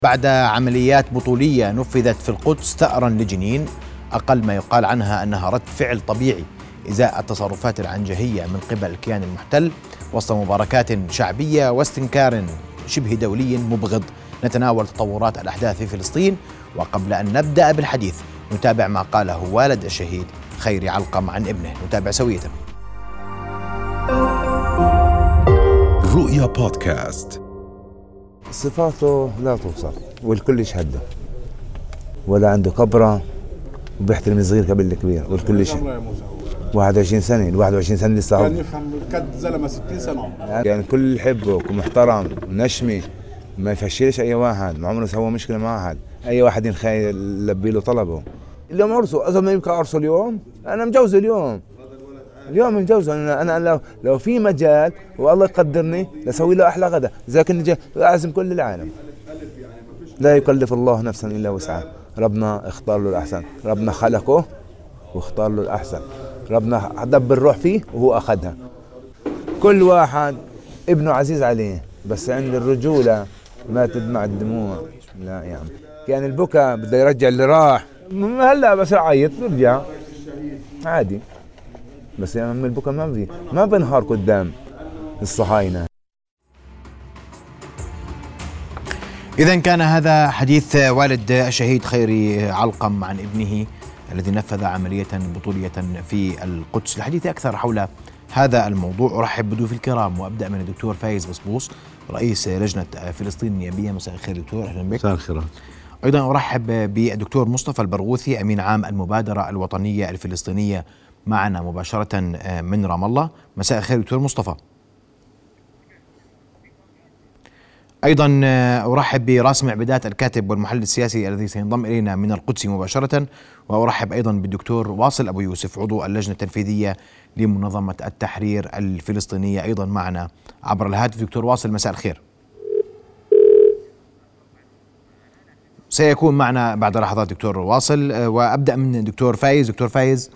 بعد عمليات بطولية نفذت في القدس ثأرا لجنين، أقل ما يقال عنها أنها رد فعل طبيعي إزاء التصرفات العنجهية من قبل الكيان المحتل وسط مباركات شعبية واستنكار شبه دولي مبغض. نتناول تطورات الأحداث في فلسطين، وقبل أن نبدأ بالحديث نتابع ما قاله والد الشهيد خيري علقم عن ابنه. نتابع سوية. رؤيا بودكاست. صفاته لا توصف والكل يشهده، ولا عنده كبرة وبيحترم الصغير قبل الكبير والكل يشهد. 21 سنة، ال 21 سنة لسه كان يفهم كد زلمة 60 سنة يعني الكل يحبه ومحترم ونشمي، ما يفشلش أي واحد، ما عمره سوى مشكلة مع أحد، أي واحد يلبي له طلبه. اليوم عرسه، أظن ما يمكن عرسه اليوم، أنا مجوزه اليوم متجوزه. أنا لو في مجال والله يقدرني لسوي له أحلى غدا، إذا كنت أعزم كل العالم. لا يكلف الله نفسا إلا وسعها، ربنا اختار له الأحسن، ربنا خلقه واختار له الأحسن، ربنا دبر الروح فيه وهو أخذها. كل واحد ابنه عزيز عليه، بس عند الرجولة ما تدمع الدموع. لا يعني كان البكاء بده يرجع اللي راح، هلا بس يعيط برجع عادي، بس يعني من البكاء ما بنهار قدام الصهاينة. إذن كان هذا حديث والد الشهيد خيري علقم عن ابنه الذي نفذ عملية بطولية في القدس. الحديث أكثر حول هذا الموضوع أرحب بضيوفي الكرام، وأبدأ من الدكتور فايز بصبوص رئيس لجنة فلسطين النيابية. مساء الخير دكتور، أهلا بك. مساء الخير. أيضا أرحب بالدكتور مصطفى البرغوثي أمين عام المبادرة الوطنية الفلسطينية معنا مباشرة من رام الله. مساء الخير دكتور مصطفى. أيضا أرحب براسم عبيدات الكاتب والمحلل السياسي الذي سينضم إلينا من القدس مباشرة، وأرحب أيضا بالدكتور واصل أبو يوسف عضو اللجنة التنفيذية لمنظمة التحرير الفلسطينية أيضا معنا عبر الهاتف. دكتور واصل مساء الخير. سيكون معنا بعد لحظات دكتور واصل، وأبدأ من دكتور فايز. دكتور فايز،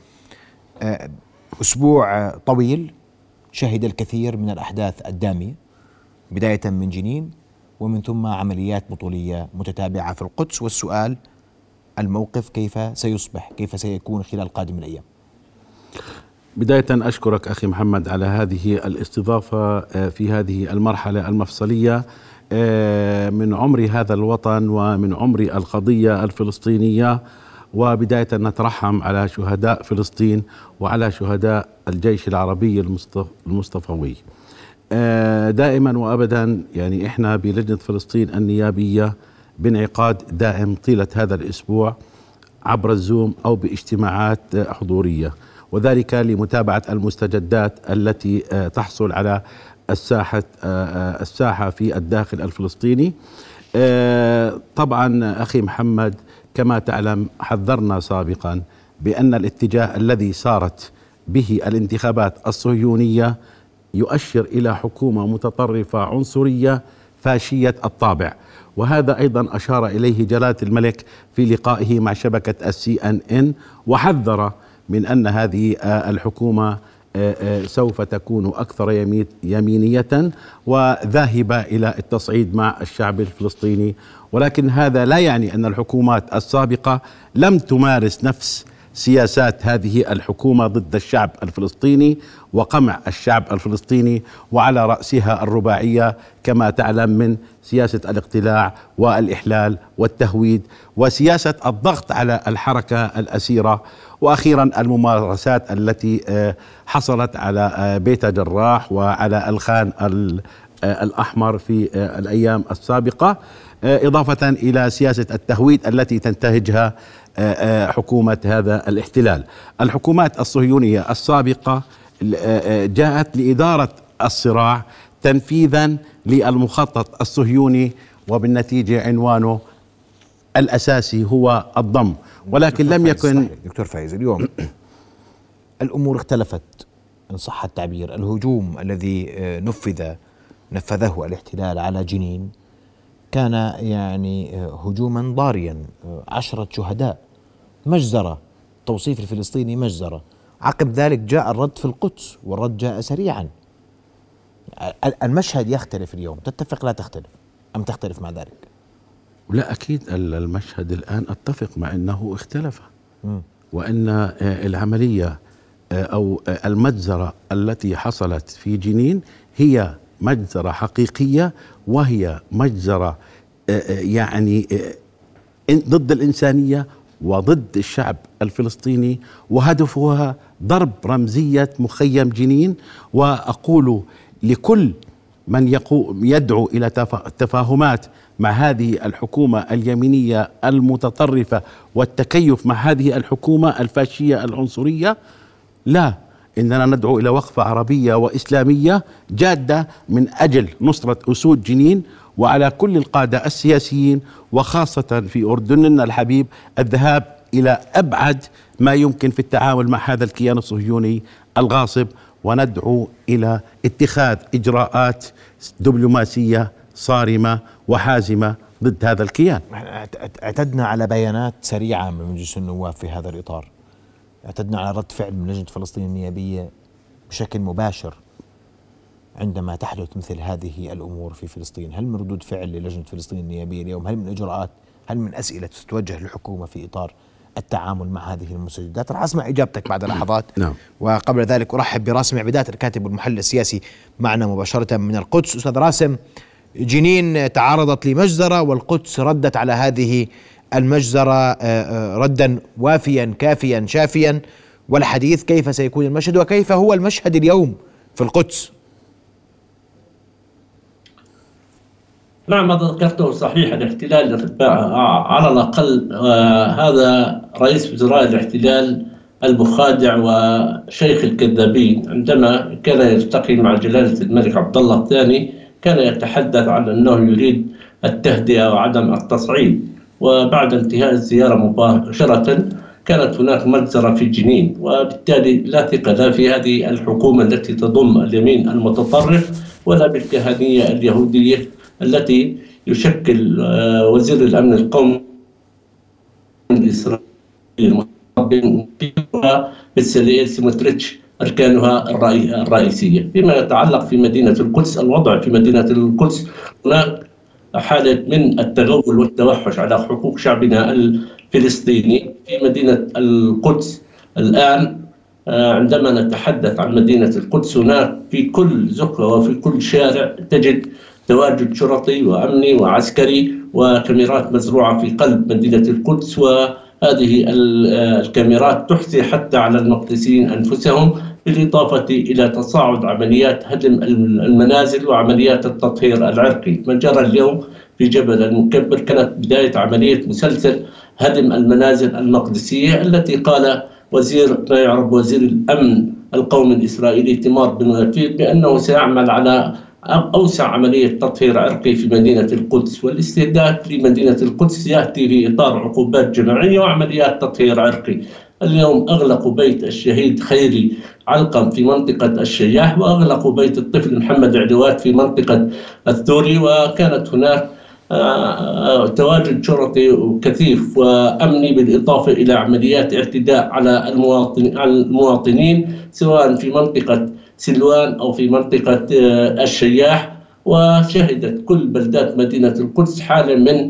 أسبوع طويل شهد الكثير من الأحداث الدامية، بداية من جنين ومن ثم عمليات بطولية متتابعة في القدس، والسؤال الموقف كيف سيصبح، كيف سيكون خلال قادم الأيام؟ بداية أشكرك أخي محمد على هذه الاستضافة في هذه المرحلة المفصلية من عمر هذا الوطن ومن عمر القضية الفلسطينية. وبداية نترحم على شهداء فلسطين وعلى شهداء الجيش العربي المصطفوي. دائما وأبدا يعني إحنا بلجنة فلسطين النيابية بانعقاد دائم طيلة هذا الأسبوع عبر الزوم أو باجتماعات حضورية، وذلك لمتابعة المستجدات التي تحصل على الساحة في الداخل الفلسطيني. طبعا أخي محمد كما تعلم حذرنا سابقا بأن الاتجاه الذي صارت به الانتخابات الصهيونية يؤشر إلى حكومة متطرفة عنصرية فاشية الطابع، وهذا أيضا أشار إليه جلالة الملك في لقائه مع شبكة CNN، وحذر من أن هذه الحكومة سوف تكون أكثر يمينية وذاهبة إلى التصعيد مع الشعب الفلسطيني. ولكن هذا لا يعني أن الحكومات السابقة لم تمارس نفس سياسات هذه الحكومة ضد الشعب الفلسطيني وقمع الشعب الفلسطيني، وعلى رأسها الرباعية كما تعلم من سياسة الاقتلاع والإحلال والتهويد وسياسة الضغط على الحركة الأسيرة، وأخيرا الممارسات التي حصلت على بيت جراح وعلى الخان الأحمر في الأيام السابقة، إضافة إلى سياسة التهويد التي تنتهجها حكومة هذا الاحتلال. الحكومات الصهيونية السابقة جاءت لإدارة الصراع تنفيذا للمخطط الصهيوني، وبالنتيجة عنوانه الأساسي هو الضم، ولكن لم يكن. دكتور فايز، اليوم الأمور اختلفت إن صح التعبير. الهجوم الذي نفذه الاحتلال على جنين كان يعني هجوما ضاريا، 10 شهداء، مجزرة، توصيف الفلسطيني مجزرة. عقب ذلك جاء الرد في القدس، والرد جاء سريعا. المشهد يختلف اليوم، تتفق لا تختلف أم تختلف مع ذلك؟ لا أكيد المشهد الآن أتفق مع أنه اختلف، وأن العملية أو المجزرة التي حصلت في جنين هي مجزرة حقيقية، وهي مجزرة يعني ضد الإنسانية وضد الشعب الفلسطيني، وهدفها ضرب رمزية مخيم جنين. وأقول لكل من يدعو إلى تفاهمات مع هذه الحكومة اليمينية المتطرفة والتكيف مع هذه الحكومة الفاشية العنصرية، لا، إننا ندعو إلى وقفة عربية وإسلامية جادة من أجل نصرة أسود جنين. وعلى كل القادة السياسيين وخاصة في أردننا الحبيب الذهاب إلى أبعد ما يمكن في التعامل مع هذا الكيان الصهيوني الغاصب، وندعو إلى اتخاذ إجراءات دبلوماسية صارمة وحازمة ضد هذا الكيان. اعتدنا على بيانات سريعة من مجلس النواب في هذا الإطار، اعتدنا على رد فعل من لجنة فلسطين النيابية بشكل مباشر عندما تحدث مثل هذه الأمور في فلسطين. هل من ردود فعل للجنة فلسطين النيابية اليوم؟ هل من إجراءات؟ هل من أسئلة تتوجه للحكومة في إطار التعامل مع هذه المستجدات؟ رح أسمع إجابتك بعد لحظات. نعم. وقبل ذلك أرحب براسم عبيدات الكاتب والمحلل السياسي معنا مباشرة من القدس. أستاذ راسم، جنين تعرضت لمجزرة والقدس ردت على هذه المجزرة ردا وافيا كافيا شافيا، والحديث كيف سيكون المشهد وكيف هو المشهد اليوم في القدس؟ نعم، ما ذكرته صحيح. الاحتلال على الأقل هذا رئيس وزراء الاحتلال المخادع وشيخ الكذابين عندما كان يلتقي مع جلالة الملك عبد الله الثاني كان يتحدث عن أنه يريد التهدئة وعدم التصعيد، وبعد انتهاء الزيارة مباشرة كانت هناك مجزرة في جنين، وبالتالي لا ثقة لا في هذه الحكومة التي تضم اليمين المتطرف ولا بالكهنية اليهودية التي يشكل وزير الأمن القومي الإسرائيلي بالسليل سموتريتش أركانها الرئيسية. فيما يتعلق في مدينة القدس، الوضع في مدينة القدس هناك حالة من التغول والتوحش على حقوق شعبنا الفلسطيني في مدينة القدس. الآن عندما نتحدث عن مدينة القدس هناك في كل زقة وفي كل شارع تجد تواجد شرطي وأمني وعسكري وكاميرات مزروعة في قلب مدينة القدس، وهذه الكاميرات تحصي حتى على المقدسيين أنفسهم، بالإضافة إلى تصاعد عمليات هدم المنازل وعمليات التطهير العرقي. ما جرى اليوم في جبل المكبر كانت بداية عملية مسلسل هدم المنازل المقدسية التي قال ما يعرف وزير الأمن القومي الإسرائيلي تمار بن غفير بأنه سيعمل على أوسع عملية تطهير عرقي في مدينة القدس، والاستهداف لمدينة القدس يأتي في إطار عقوبات جماعية وعمليات تطهير عرقي. اليوم أغلقوا بيت الشهيد خيري علقم في منطقة الشياح، وأغلقوا بيت الطفل محمد عدوات في منطقة الثوري، وكانت هناك تواجد شرطي كثيف وأمني بالإضافة إلى عمليات اعتداء على المواطنين سواء في منطقة سلوان أو في منطقة الشياح. وشهدت كل بلدات مدينة القدس حالة من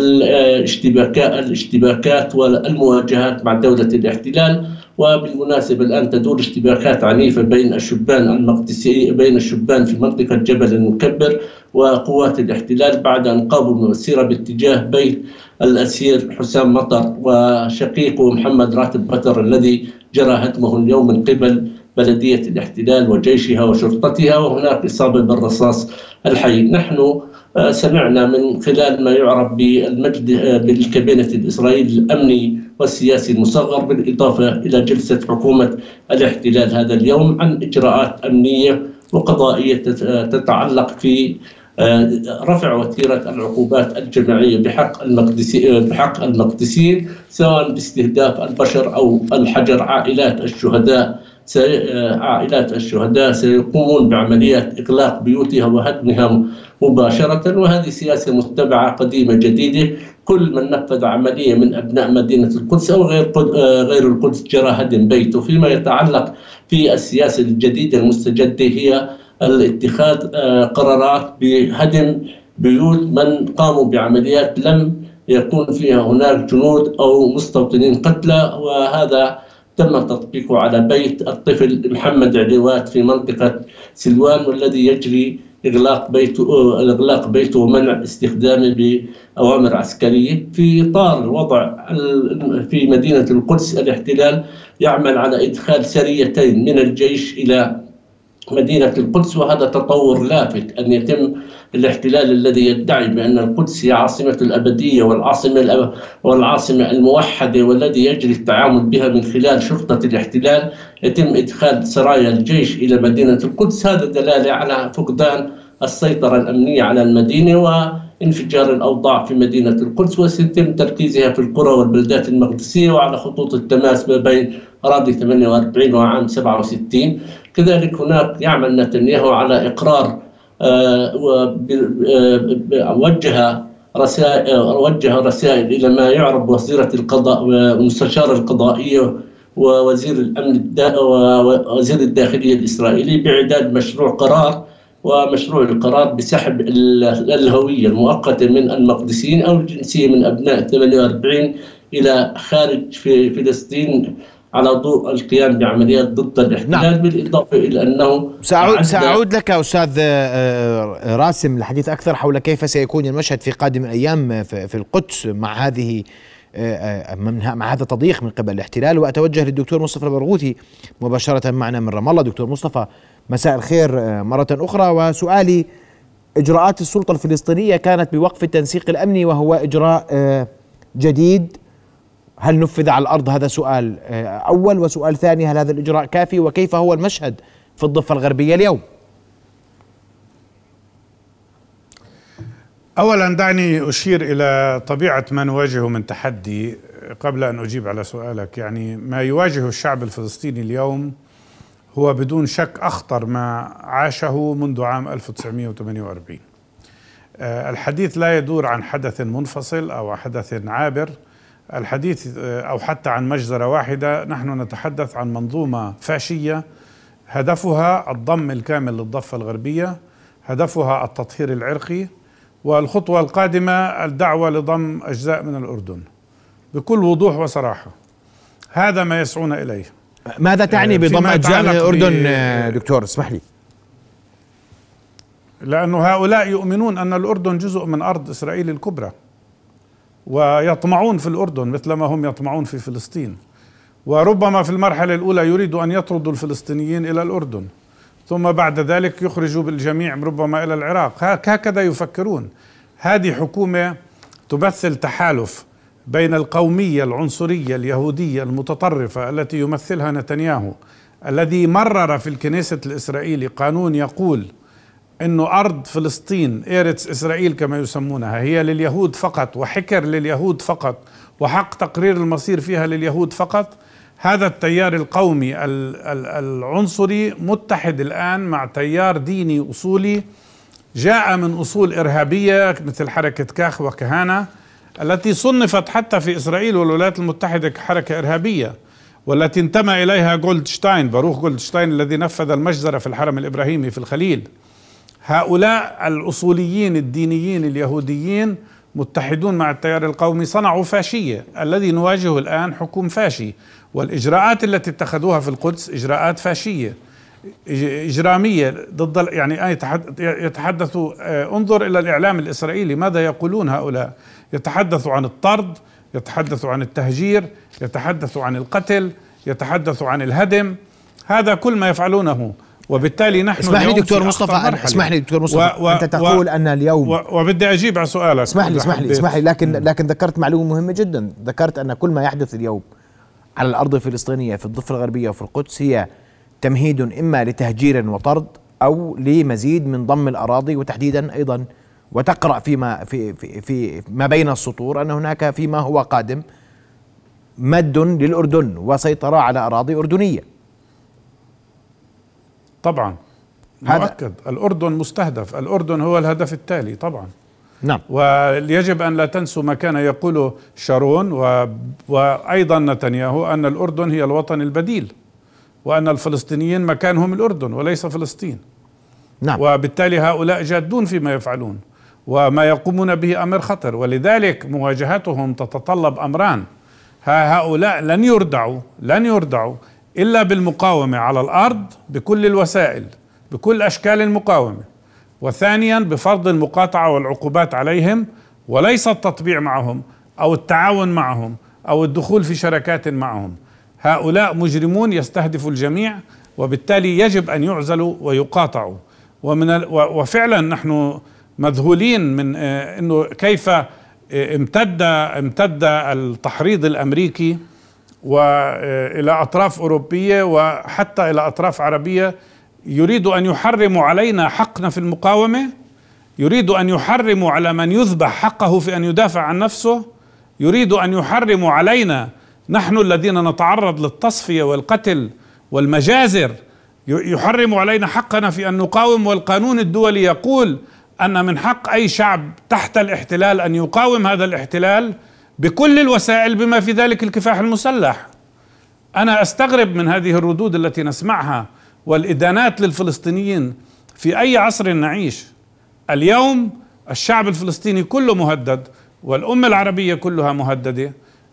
الاشتباكات والمواجهات مع دولة الاحتلال. وبالمناسبة الآن تدور اشتباكات عنيفة بين الشبان المقدسي في منطقة جبل المكبر وقوات الاحتلال بعد أن قاموا بمسيرة باتجاه بيت الأسير حسام مطر وشقيقه محمد راتب بطر الذي جرى هدمه اليوم من قبل بلدية الاحتلال وجيشها وشرطتها، وهناك إصابة بالرصاص الحي. نحن سمعنا من خلال ما يعرف بالكابينة الإسرائيلي الأمني والسياسي المصغر بالإضافة إلى جلسة حكومة الاحتلال هذا اليوم عن إجراءات أمنية وقضائية تتعلق في رفع وتيرة العقوبات الجماعية بحق المقدسيين سواء باستهداف البشر أو الحجر. عائلات الشهداء سيقومون بعمليات إغلاق بيوتها وهدمها مباشرة، وهذه سياسة متبعة قديمة جديدة. كل من نفذ عملية من أبناء مدينة القدس أو غير القدس جرى هدم بيته. فيما يتعلق في السياسة الجديدة المستجدة هي الاتخاذ قرارات بهدم بيوت من قاموا بعمليات لم يكون فيها هناك جنود أو مستوطنين قتلى، وهذا تم تطبيقه على بيت الطفل محمد علوات في منطقة سلوان، والذي يجري إغلاق بيته ومنع استخدامه بأوامر عسكرية. في إطار وضع في مدينة القدس، الاحتلال يعمل على إدخال سريتين من الجيش إلى مدينة القدس، وهذا تطور لافت أن يتم الاحتلال الذي يدعي بأن القدس هي عاصمة الأبدية والعاصمة الموحدة والذي يجري التعامل بها من خلال شرطة الاحتلال، يتم إدخال سرايا الجيش إلى مدينة القدس. هذا دلالة على فقدان السيطرة الأمنية على المدينة وانفجار الأوضاع في مدينة القدس، وسيتم تركيزها في القرى والبلدات المقدسية وعلى خطوط التماس ما بين أراضي 48 وعام 67. كذلك هناك يعمل نتنياهو على إقرار وجه رسائل إلى ما يعرف وزيرة القضاء والمستشار القضائية ووزير الأمن ووزير الداخلية الإسرائيلي بإعداد مشروع قرار، ومشروع القرار بسحب الهوية المؤقتة من المقدسيين أو الجنسية من أبناء 48 إلى خارج في فلسطين على ضوء القيام بعمليات ضد الاحتلال. نعم. بالإضافة إلى أنه سأعود لك أستاذ راسم الحديث أكثر حول كيف سيكون المشهد في قادم الأيام في القدس مع هذا التضييق من قبل الاحتلال، وأتوجه للدكتور مصطفى البرغوثي مباشرة معنا من رام الله. دكتور مصطفى، مساء الخير مرة أخرى، وسؤالي: إجراءات السلطة الفلسطينية كانت بوقف التنسيق الأمني وهو إجراء جديد، هل نفذ على الأرض؟ هذا سؤال أول. وسؤال ثاني: هل هذا الإجراء كافي؟ وكيف هو المشهد في الضفة الغربية اليوم؟ أولا دعني أشير إلى طبيعة ما نواجهه من تحدي قبل أن أجيب على سؤالك. يعني ما يواجه الشعب الفلسطيني اليوم هو بدون شك أخطر ما عاشه منذ عام 1948. الحديث لا يدور عن حدث منفصل أو حدث عابر، الحديث أو حتى عن مجزرة واحدة. نحن نتحدث عن منظومة فاشية هدفها الضم الكامل للضفة الغربية، هدفها التطهير العرقي، والخطوة القادمة الدعوة لضم أجزاء من الأردن بكل وضوح وصراحة. هذا ما يسعون إليه. ماذا تعني بضم أجزاء من الأردن دكتور؟ اسمح لي. لأن هؤلاء يؤمنون أن الأردن جزء من أرض إسرائيل الكبرى، ويطمعون في الأردن مثلما هم يطمعون في فلسطين، وربما في المرحلة الأولى يريدوا أن يطردوا الفلسطينيين إلى الأردن، ثم بعد ذلك يخرجوا بالجميع ربما إلى العراق. هكذا يفكرون. هذه حكومة تمثل تحالف بين القومية العنصرية اليهودية المتطرفة التي يمثلها نتنياهو، الذي مرر في الكنيسة الإسرائيلي قانون يقول إنه أرض فلسطين إيرتس إسرائيل كما يسمونها هي لليهود فقط، وحكر لليهود فقط، وحق تقرير المصير فيها لليهود فقط. هذا التيار القومي العنصري متحد الآن مع تيار ديني أصولي جاء من أصول إرهابية مثل حركة كاخ وكهانة، التي صنفت حتى في إسرائيل والولايات المتحدة كحركة إرهابية، والتي انتمى إليها جولدشتاين، باروخ جولدشتاين الذي نفذ المجزرة في الحرم الإبراهيمي في الخليل. هؤلاء الأصوليين الدينيين اليهوديين متحدون مع التيار القومي، صنعوا فاشية. الذي نواجهه الآن حكم فاشي، والإجراءات التي اتخذوها في القدس إجراءات فاشية إجرامية ضد يعني يتحدثوا. انظر إلى الإعلام الإسرائيلي ماذا يقولون هؤلاء. يتحدثوا عن الطرد، يتحدثوا عن التهجير، يتحدثوا عن القتل، يتحدثوا عن الهدم. هذا كل ما يفعلونه. وبالتالي نحن اسمح لي دكتور مصطفى، أنت تقول أن اليوم وبدي أجيب على سؤالك. اسمح لي لكن ذكرت معلومة مهمة جدا. ذكرت أن كل ما يحدث اليوم على الأرض الفلسطينية في الضفة الغربية وفي القدس هي تمهيد إما لتهجير وطرد أو لمزيد من ضم الأراضي، وتحديدا أيضا وتقرأ في ما بين السطور أن هناك فيما هو قادم مد للأردن وسيطرة على أراضي أردنية. طبعا مؤكد الأردن مستهدف، الأردن هو الهدف التالي طبعا. نعم. ويجب أن لا تنسوا ما كان يقوله شارون وأيضا نتنياهو أن الأردن هي الوطن البديل، وأن الفلسطينيين مكانهم الأردن وليس فلسطين. نعم. وبالتالي هؤلاء جادون فيما يفعلون، وما يقومون به أمر خطر، ولذلك مواجهتهم تتطلب أمران. هؤلاء لن يردعوا إلا بالمقاومة على الأرض بكل الوسائل، بكل أشكال المقاومة، وثانيا بفرض المقاطعة والعقوبات عليهم، وليس التطبيع معهم أو التعاون معهم أو الدخول في شراكات معهم. هؤلاء مجرمون يستهدفوا الجميع، وبالتالي يجب أن يعزلوا ويقاطعوا. وفعلا نحن مذهولين من أنه كيف امتد التحريض الأمريكي وإلى أطراف أوروبية وحتى إلى أطراف عربية، يريد أن يحرموا علينا حقنا في المقاومة، يريد أن يحرموا على من يذبح حقه في أن يدافع عن نفسه، يريد أن يحرموا علينا نحن الذين نتعرض للتصفية والقتل والمجازر، يحرموا علينا حقنا في أن نقاوم. والقانون الدولي يقول أن من حق أي شعب تحت الاحتلال أن يقاوم هذا الاحتلال بكل الوسائل بما في ذلك الكفاح المسلح. أنا أستغرب من هذه الردود التي نسمعها والإدانات للفلسطينيين في أي عصر نعيش. اليوم الشعب الفلسطيني كله مهدد، والأمة العربية كلها مهددة،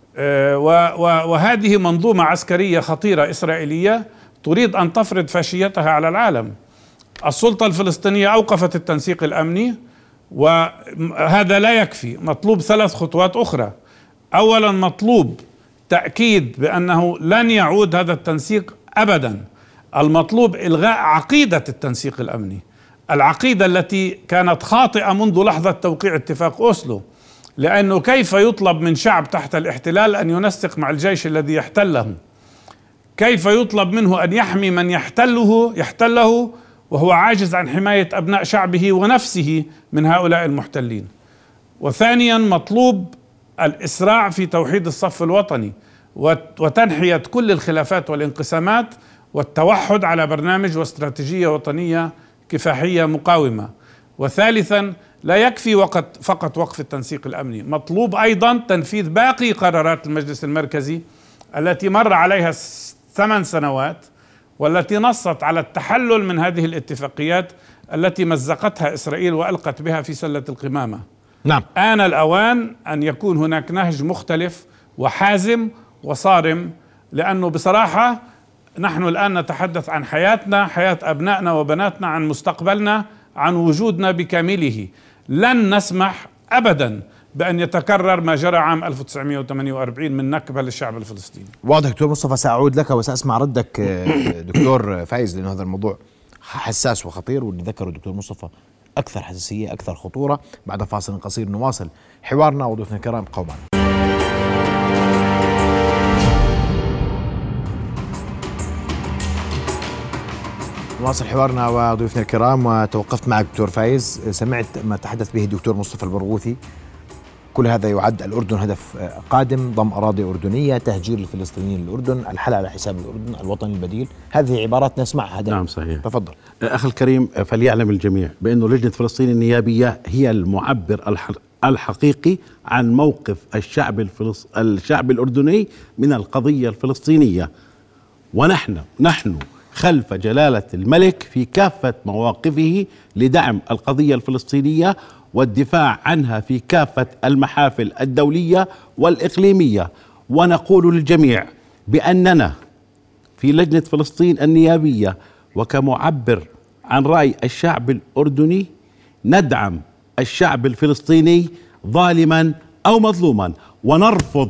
وهذه منظومة عسكرية خطيرة إسرائيلية تريد أن تفرض فاشيتها على العالم. السلطة الفلسطينية أوقفت التنسيق الأمني، وهذا لا يكفي، مطلوب 3 خطوات أخرى. أولا مطلوب تأكيد بأنه لن يعود هذا التنسيق أبدا. المطلوب إلغاء عقيدة التنسيق الأمني، العقيدة التي كانت خاطئة منذ لحظة توقيع اتفاق أوسلو، لأنه كيف يطلب من شعب تحت الاحتلال أن ينسق مع الجيش الذي يحتله؟ كيف يطلب منه أن يحمي من يحتله وهو عاجز عن حماية أبناء شعبه ونفسه من هؤلاء المحتلين؟ وثانيا مطلوب الإسراع في توحيد الصف الوطني وتنحية كل الخلافات والانقسامات والتوحد على برنامج واستراتيجية وطنية كفاحية مقاومة. وثالثا لا يكفي فقط وقف التنسيق الأمني، مطلوب أيضا تنفيذ باقي قرارات المجلس المركزي التي مر عليها 8 سنوات، والتي نصت على التحلل من هذه الاتفاقيات التي مزقتها إسرائيل وألقت بها في سلة القمامة. نعم. آن الأوان أن يكون هناك نهج مختلف وحازم وصارم، لأنه بصراحة نحن الآن نتحدث عن حياتنا، حياة أبنائنا وبناتنا، عن مستقبلنا، عن وجودنا بكامله. لن نسمح أبدا بأن يتكرر ما جرى عام 1948 من نكبة للشعب الفلسطيني. واضح دكتور مصطفى، سأعود لك وسأسمع ردك دكتور فايز، لأن هذا الموضوع حساس وخطير، واللي ذكره الدكتور مصطفى أكثر حساسية أكثر خطورة. بعد فاصل قصير نواصل حوارنا وضيوفنا الكرام. قوما نواصل حوارنا وضيوفنا الكرام، وتوقفت معك دكتور فايز. سمعت ما تحدث به الدكتور مصطفى البرغوثي، كل هذا يعد الأردن هدف قادم، ضم أراضي أردنية، تهجير الفلسطينيين للأردن، الحل على حساب الأردن، الوطن البديل. هذه عبارات نسمعها دائما. نعم صحيح. تفضل أخي الكريم. فليعلم الجميع بأنه لجنة فلسطين النيابية هي المعبر الحقيقي عن موقف الشعب الأردني من القضية الفلسطينية، ونحن خلف جلالة الملك في كافة مواقفه لدعم القضية الفلسطينية والدفاع عنها في كافة المحافل الدولية والإقليمية. ونقول للجميع بأننا في لجنة فلسطين النيابية وكمعبر عن رأي الشعب الأردني ندعم الشعب الفلسطيني ظالما أو مظلوما، ونرفض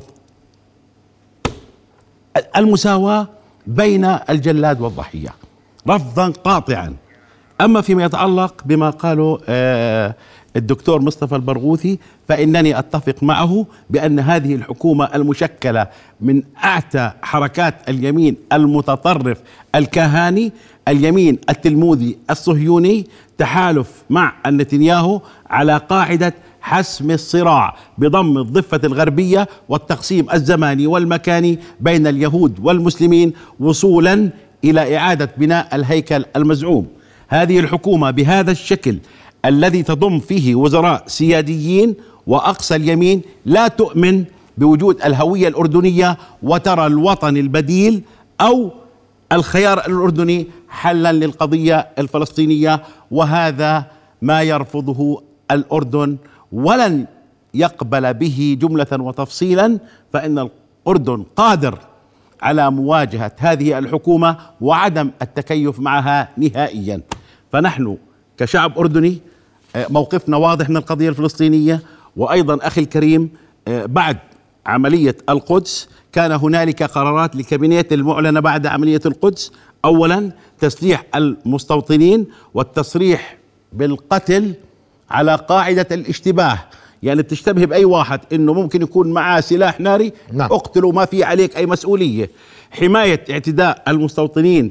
المساواة بين الجلاد والضحية رفضا قاطعا. أما فيما يتعلق بما قاله الدكتور مصطفى البرغوثي، فإنني أتفق معه بأن هذه الحكومة المشكلة من أعتى حركات اليمين المتطرف الكهاني، اليمين التلمودي الصهيوني، تحالف مع نتنياهو على قاعدة حسم الصراع بضم الضفة الغربية والتقسيم الزماني والمكاني بين اليهود والمسلمين وصولا إلى إعادة بناء الهيكل المزعوم. هذه الحكومة بهذا الشكل الذي تضم فيه وزراء سياديين وأقصى اليمين لا تؤمن بوجود الهوية الأردنية وترى الوطن البديل أو الخيار الأردني حلا للقضية الفلسطينية، وهذا ما يرفضه الأردن ولن يقبل به جملة وتفصيلا، فإن الأردن قادر على مواجهة هذه الحكومة وعدم التكيف معها نهائيا. فنحن كشعب أردني موقفنا واضح من القضية الفلسطينية. وأيضا أخي الكريم، بعد عملية القدس كان هنالك قرارات للكابينيت المعلنة بعد عملية القدس. أولا تسليح المستوطنين والتصريح بالقتل على قاعدة الاشتباه، يعني بتشتبه بأي واحد إنه ممكن يكون معاه سلاح ناري، نعم. اقتلوا، ما في عليك أي مسؤولية. حماية اعتداء المستوطنين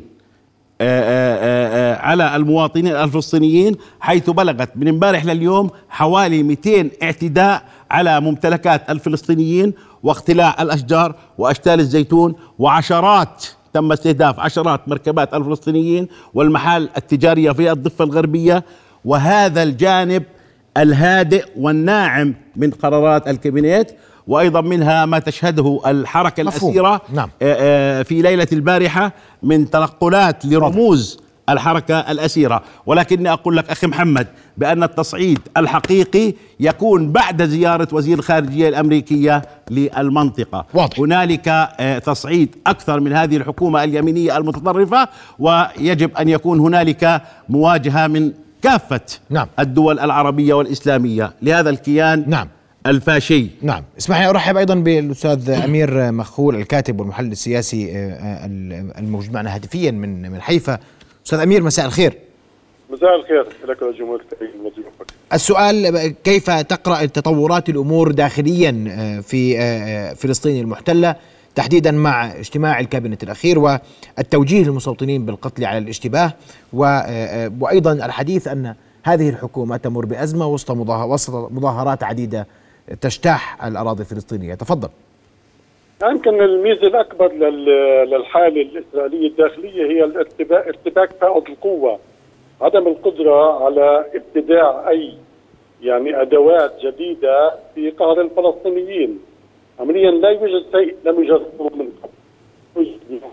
على المواطنين الفلسطينيين، حيث بلغت من امبارح لليوم حوالي 200 اعتداء على ممتلكات الفلسطينيين واختلاع الأشجار وأشتال الزيتون، وعشرات تم استهداف عشرات مركبات الفلسطينيين والمحال التجارية في الضفة الغربية. وهذا الجانب الهادئ والناعم من قرارات الكابينيت، وأيضا منها ما تشهده الحركة الأسيرة نعم. في ليلة البارحة من تنقلات لرموز الحركة الأسيرة. ولكني أقول لك أخي محمد بأن التصعيد الحقيقي يكون بعد زيارة وزير الخارجية الأمريكية للمنطقة. واضح. هنالك تصعيد أكثر من هذه الحكومة اليمينية المتطرفة، ويجب أن يكون هنالك مواجهة من كافة نعم. الدول العربية والإسلامية لهذا الكيان نعم. الفاشي. نعم. اسمح لي أرحب أيضا بالأستاذ أمير مخول، الكاتب والمحلل السياسي الموجود معنا هاتفيا من حيفا. أستاذ أمير، مساء الخير. مساء الخير لك ولجمهورك وضيوفك. السؤال: كيف تقرأ تطورات الأمور داخليا في فلسطين المحتلة، تحديدا مع اجتماع الكابينت الأخير والتوجيه للمستوطنين بالقتل على الاشتباه، وأيضا الحديث أن هذه الحكومة تمر بأزمة وسط مظاهرات عديدة تجتاح الأراضي الفلسطينية؟ تفضل. يمكن الميزة الأكبر للحالة الإسرائيلية الداخلية هي ارتباك فائض القوة، عدم القدرة على ابتداع أي أدوات جديدة في قهر الفلسطينيين. عمليا لا يوجد شيء لم يجربه من قبل،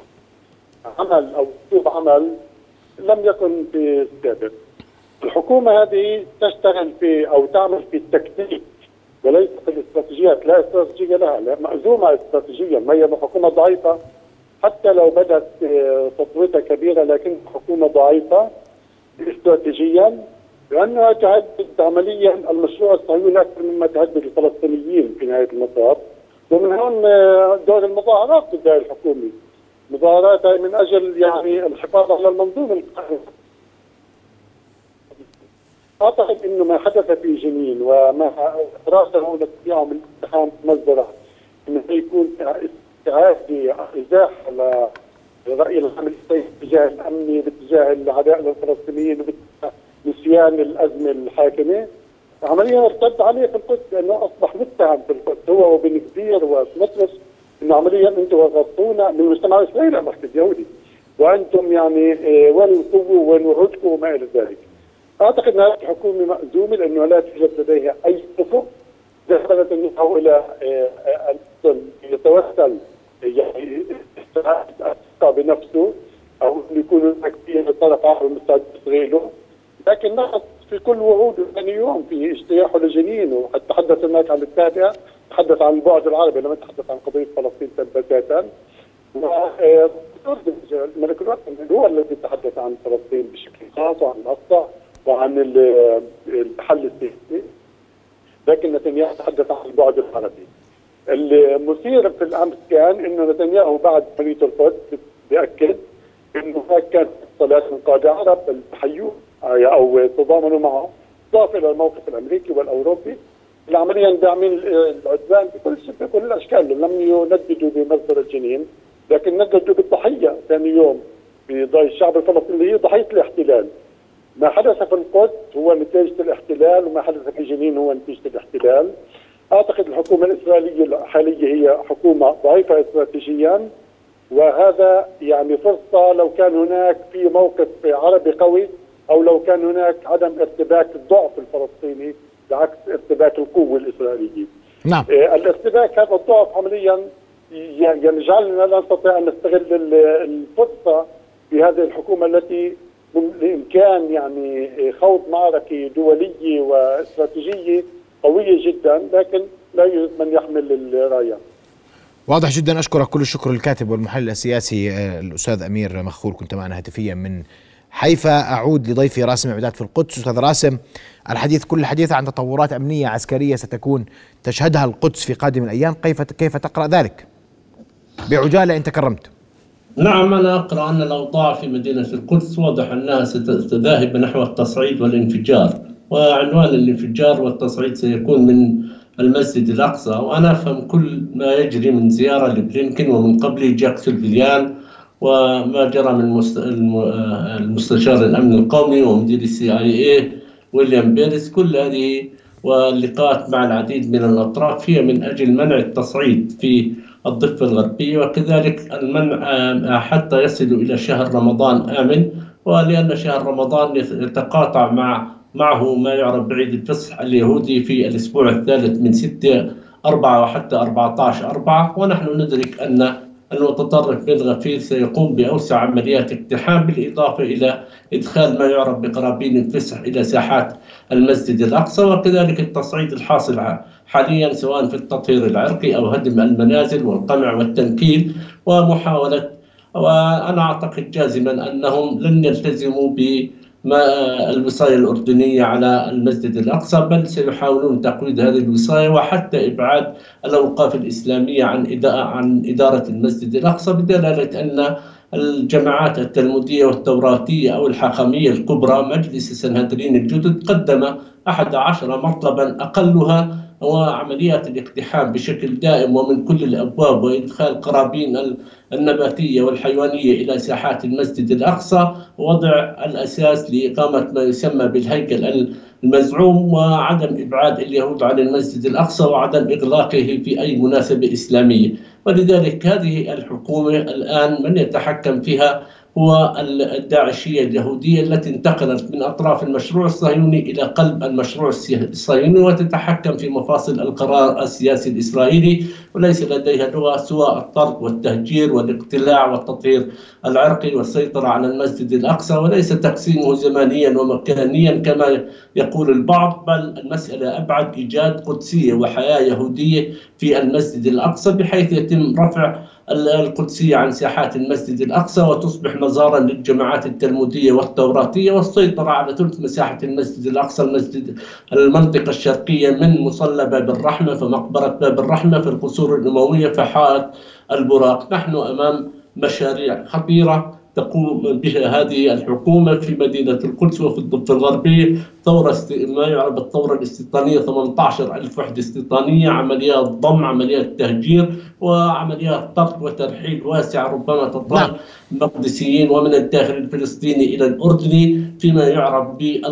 عمل أو أسلوب عمل لم يكن في السابق. الحكومة هذه تشتغل في أو تعمل في التكتيك وليس في الاستراتيجيات. لا استراتيجية لها، لا مأزومة استراتيجيا، ما هي حكومة ضعيفة حتى لو بدت سطوتها كبيرة، لكن حكومة ضعيفة استراتيجيا، لأنها تهدد عمليا المشروع الصهيوني أكثر مما تهدد الفلسطينيين في نهاية المطاف. ومن هون دور المظاهرات ضد الحكومة، مظاهرات من أجل الحفاظ على المنظومة القائمة. أعتقد أنه ما حدث في جنين وما راسه نستطيع من اقتحام مزرعة أنه يكون استعادة إزاحة لرأي العام الاتجاه الأمني باتجاه العداء للفلسطينيين ونسيان الأزمة الحاكمة. عمليا ارتد عليه في القدس لأنه أصبح متهم في القدس هو وبن كبير وسمطرس، أنه عمليا أنتم غطونا من المجتمع الإسرائيلي المحتل اليهودي، وأنتم وين القوة وين وعودكم وما إلى ذلك. أعتقد أن هذه الحكومة مأزومة لأنه لا توجد لديها أي أفق. ذهب نتنياهو إلى يتوسل الثقة بنفسه أو أن يكون هناك في طرف آخر مستعد يصغيله، لكن نقص في كل وعوده ثاني يوم في اجتياحه لجنين. وقد تحدث هناك عن التابعة، تحدث عن البعد العربي، لم يتحدث عن قضية فلسطين ذاتا. الملك الوطني هو الذي تحدث عن فلسطين بشكل خاص وعن الأقصى وعن الحل السياسي، لكن نتنياهو تحدث عن البعد العربي. المثير في الأمس كان أنه نتنياهو بعد عملية القدس بيأكد أنه هناك كانت اتصالات من قادة عرب تحيوه أو تضامنوا معه، إضافة إلى الموقف الأمريكي والأوروبي اللي عمليا داعمين العدوان بكل الأشكال. لم ينددوا بمصدر الجنين، لكن نددوا بالضحية ثاني يوم الشعب الفلسطيني اللي هي ضحية الاحتلال. ما حدث في القدس هو نتيجة الاحتلال، وما حدث في جنين هو نتيجة الاحتلال. أعتقد الحكومة الإسرائيلية الحالية هي حكومة ضعيفة استراتيجيا، وهذا فرصة لو كان هناك في موقف عربي قوي، أو لو كان هناك عدم ارتباك الضعف الفلسطيني بعكس ارتباك القوة الإسرائيلية. نعم. الارتباك هذا الضعف عمليا يجعلنا لا نستطيع أن نستغل الفرصة في هذه الحكومة التي بالإمكان يعني خوض معركة دولية واستراتيجية قوية جدا، لكن لا يوجد من يحمل الراية. واضح جدا. أشكرك كل الشكر الكاتب والمحلل السياسي الأستاذ أمير مخول، كنت معنا هاتفيا من حيفا. أعود لضيفي راسم عبيدات في القدس. أستاذ راسم، كل الحديث عن تطورات أمنية عسكرية ستكون تشهدها القدس في قادم الأيام، كيف تقرأ ذلك بعجالة إن تكرمت؟ نعم، أنا أقرأ أن الأوضاع في مدينة القدس واضح أنها ستذهب نحو التصعيد والانفجار، وعنوان الانفجار والتصعيد سيكون من المسجد الأقصى. وأنا أفهم كل ما يجري من زيارة لبلينكن ومن قبله جاك سولفيان، وما جرى من المستشار الأمن القومي ومدير CIA ويليام بيرس، كل هذه واللقاءات مع العديد من الأطراف هي من أجل منع التصعيد في الضفة الغربية، وكذلك المنع حتى يصلوا إلى شهر رمضان آمن، ولأن شهر رمضان يتقاطع معه ما يعرف بعيد الفصح اليهودي في الأسبوع الثالث من 6/4 وحتى 14/4. ونحن ندرك أن المتطرف بن غفير سيقوم بأوسع عمليات اقتحام، بالإضافة إلى إدخال ما يعرف بقرابين الفسح إلى ساحات المسجد الأقصى، وكذلك التصعيد الحاصل حاليا سواء في التطهير العرقي أو هدم المنازل والقمع والتنكيل ومحاولة. وأنا أعتقد جازما أنهم لن يلتزموا الوصاية الأردنية على المسجد الأقصى، بل سيحاولون تقويض هذه الوصاية وحتى إبعاد الأوقاف الإسلامية عن إدارة المسجد الأقصى، بدلالة أن الجماعات التلمودية والتوراتية أو الحاخامية الكبرى مجلس السنهدرين الجدد قدم 11 مطلبا أقلها وعمليات الاقتحام بشكل دائم ومن كل الأبواب، وإدخال قرابين النباتية والحيوانية إلى ساحات المسجد الأقصى، ووضع الأساس لإقامة ما يسمى بالهيكل المزعوم، وعدم إبعاد اليهود عن المسجد الأقصى وعدم إغلاقه في أي مناسبة إسلامية. ولذلك هذه الحكومة الآن من يتحكم فيها هو الداعشية اليهودية التي انتقلت من أطراف المشروع الصهيوني إلى قلب المشروع الصهيوني، وتتحكم في مفاصل القرار السياسي الإسرائيلي، وليس لديها لغة سوى الطرد والتهجير والاقتلاع والتطهير العرقي والسيطرة على المسجد الأقصى، وليس تقسيمه زمانيا ومكانيا كما يقول البعض، بل المسألة أبعد، إيجاد قدسية وحياة يهودية في المسجد الأقصى بحيث يتم رفع القدسية عن ساحات المسجد الأقصى وتصبح مزارا للجماعات التلمودية والتوراتية، والسيطرة على ثلث مساحة المسجد الأقصى، المنطقة الشرقية من مصلى باب الرحمة فمقبرة باب الرحمة في القصور الأموية فحائط البراق. نحن أمام مشاريع خطيرة تقوم بها هذه الحكومة في مدينة القدس وفي الضفة الغربية. ما يعرف بالثورة الاستيطانية، 18,000 وحدة استيطانية، عمليات ضم، عمليات تهجير، وعمليات طرد وترحيل واسعة ربما تطال المقدسيين ومن الداخل الفلسطيني إلى الأردني فيما يعرف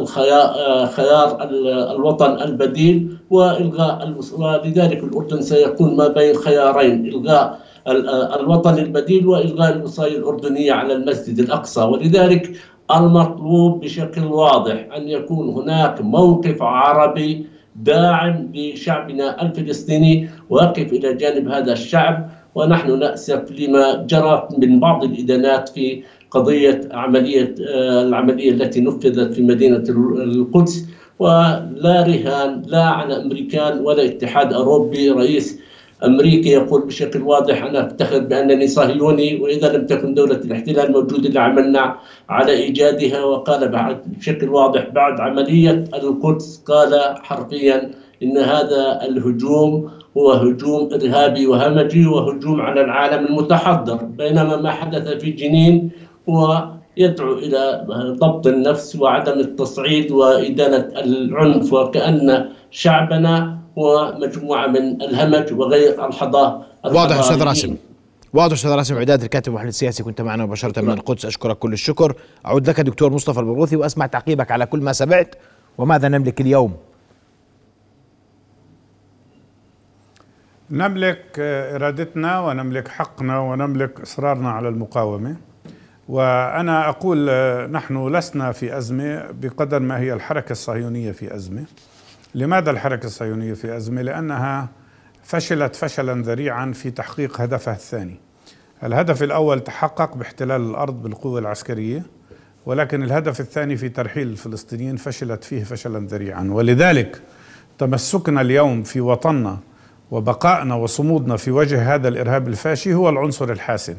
بالخيار الوطن البديل وإلغاء ولذلك الأردن سيكون ما بين خيارين: إلغاء الوطن البديل وإلغاء الوصاية الأردنية على المسجد الأقصى. ولذلك المطلوب بشكل واضح أن يكون هناك موقف عربي داعم لشعبنا الفلسطيني واقف إلى جانب هذا الشعب. ونحن نأسف لما جرى من بعض الإدانات في قضية العملية التي نفذت في مدينة القدس، ولا رهان لا عن أمريكان ولا اتحاد أوروبي. رئيس أمريكا يقول بشكل واضح: أنا أفتخر بأنني صهيوني، وإذا لم تكن دولة الاحتلال موجودة لعملنا على إيجادها. وقال بشكل واضح بعد عملية القدس، قال حرفيا إن هذا الهجوم هو هجوم إرهابي وهمجي وهجوم على العالم المتحضر، بينما ما حدث في جنين هو يدعو إلى ضبط النفس وعدم التصعيد وإدانة العنف، وكأن شعبنا ومجموعة من الهمج وغير الحضارة. واضح أستاذ راسم، واضح أستاذ راسم عداد، الكاتب والمحلل السياسي، كنت معنا مباشرة من القدس. أشكرك كل الشكر. أعود لك دكتور مصطفى البرغوثي وأسمع تعقيبك على كل ما سمعت. وماذا نملك اليوم؟ نملك إرادتنا ونملك حقنا ونملك إصرارنا على المقاومة. وأنا أقول نحن لسنا في أزمة بقدر ما هي الحركة الصهيونية في أزمة. لماذا الحركة الصهيونية في أزمة؟ لأنها فشلت فشلا ذريعا في تحقيق هدفها الثاني. الهدف الأول تحقق باحتلال الأرض بالقوة العسكرية، ولكن الهدف الثاني في ترحيل الفلسطينيين فشلت فيه فشلا ذريعا. ولذلك تمسكنا اليوم في وطننا وبقائنا وصمودنا في وجه هذا الإرهاب الفاشي هو العنصر الحاسم.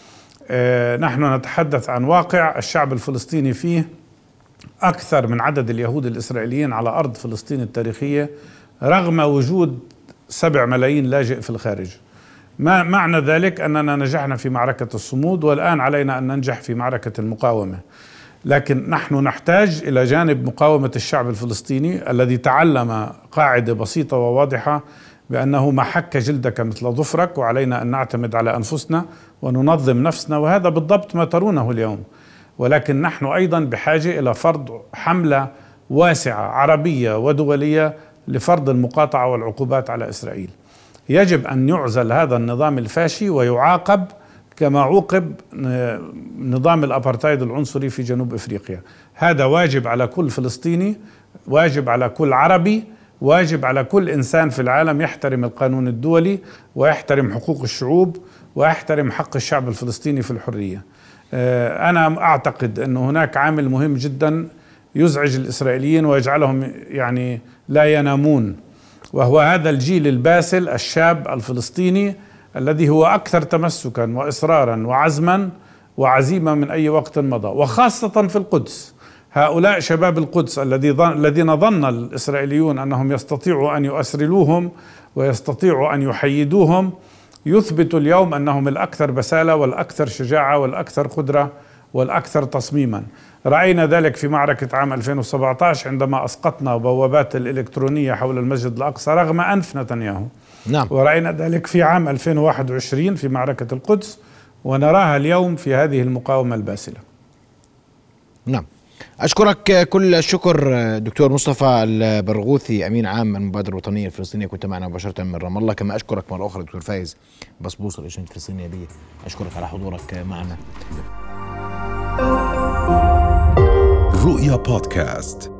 نحن نتحدث عن واقع الشعب الفلسطيني فيه أكثر من عدد اليهود الإسرائيليين على أرض فلسطين التاريخية، رغم وجود 7 ملايين لاجئ في الخارج. ما معنى ذلك؟ أننا نجحنا في معركة الصمود، والآن علينا أن ننجح في معركة المقاومة. لكن نحن نحتاج إلى جانب مقاومة الشعب الفلسطيني الذي تعلم قاعدة بسيطة وواضحة بأنه ما حك جلدك مثل ظفرك، وعلينا أن نعتمد على أنفسنا وننظم نفسنا، وهذا بالضبط ما ترونه اليوم. ولكن نحن أيضا بحاجة إلى فرض حملة واسعة عربية ودولية لفرض المقاطعة والعقوبات على إسرائيل. يجب أن يعزل هذا النظام الفاشي ويعاقب كما عوقب نظام الأبارتايد العنصري في جنوب إفريقيا. هذا واجب على كل فلسطيني، واجب على كل عربي، واجب على كل إنسان في العالم يحترم القانون الدولي ويحترم حقوق الشعوب ويحترم حق الشعب الفلسطيني في الحرية. أنا أعتقد أن هناك عامل مهم جدا يزعج الإسرائيليين ويجعلهم يعني لا ينامون، وهو هذا الجيل الباسل الشاب الفلسطيني الذي هو أكثر تمسكا وإصرارا وعزما وعزيمة من أي وقت مضى، وخاصة في القدس. هؤلاء شباب القدس الذين ظن الإسرائيليون أنهم يستطيعوا أن يؤسرلوهم ويستطيعوا أن يحيدوهم، يثبت اليوم أنهم الأكثر بسالة والأكثر شجاعة والأكثر قدرة والأكثر تصميما. رأينا ذلك في معركة عام 2017 عندما أسقطنا بوابات الإلكترونية حول المسجد الأقصى رغم أنف نتنياهو. نعم. ورأينا ذلك في عام 2021 في معركة القدس، ونراها اليوم في هذه المقاومة الباسلة. نعم، أشكرك كل الشكر دكتور مصطفى البرغوثي، أمين عام المبادرة الوطنية الفلسطينية، كنت معنا مباشرة من رام الله. كما أشكرك مرة أخرى دكتور فايز بصبوص رئيس اللجنة الفلسطينية بي، أشكرك على حضورك معنا. رؤيا بودكاست.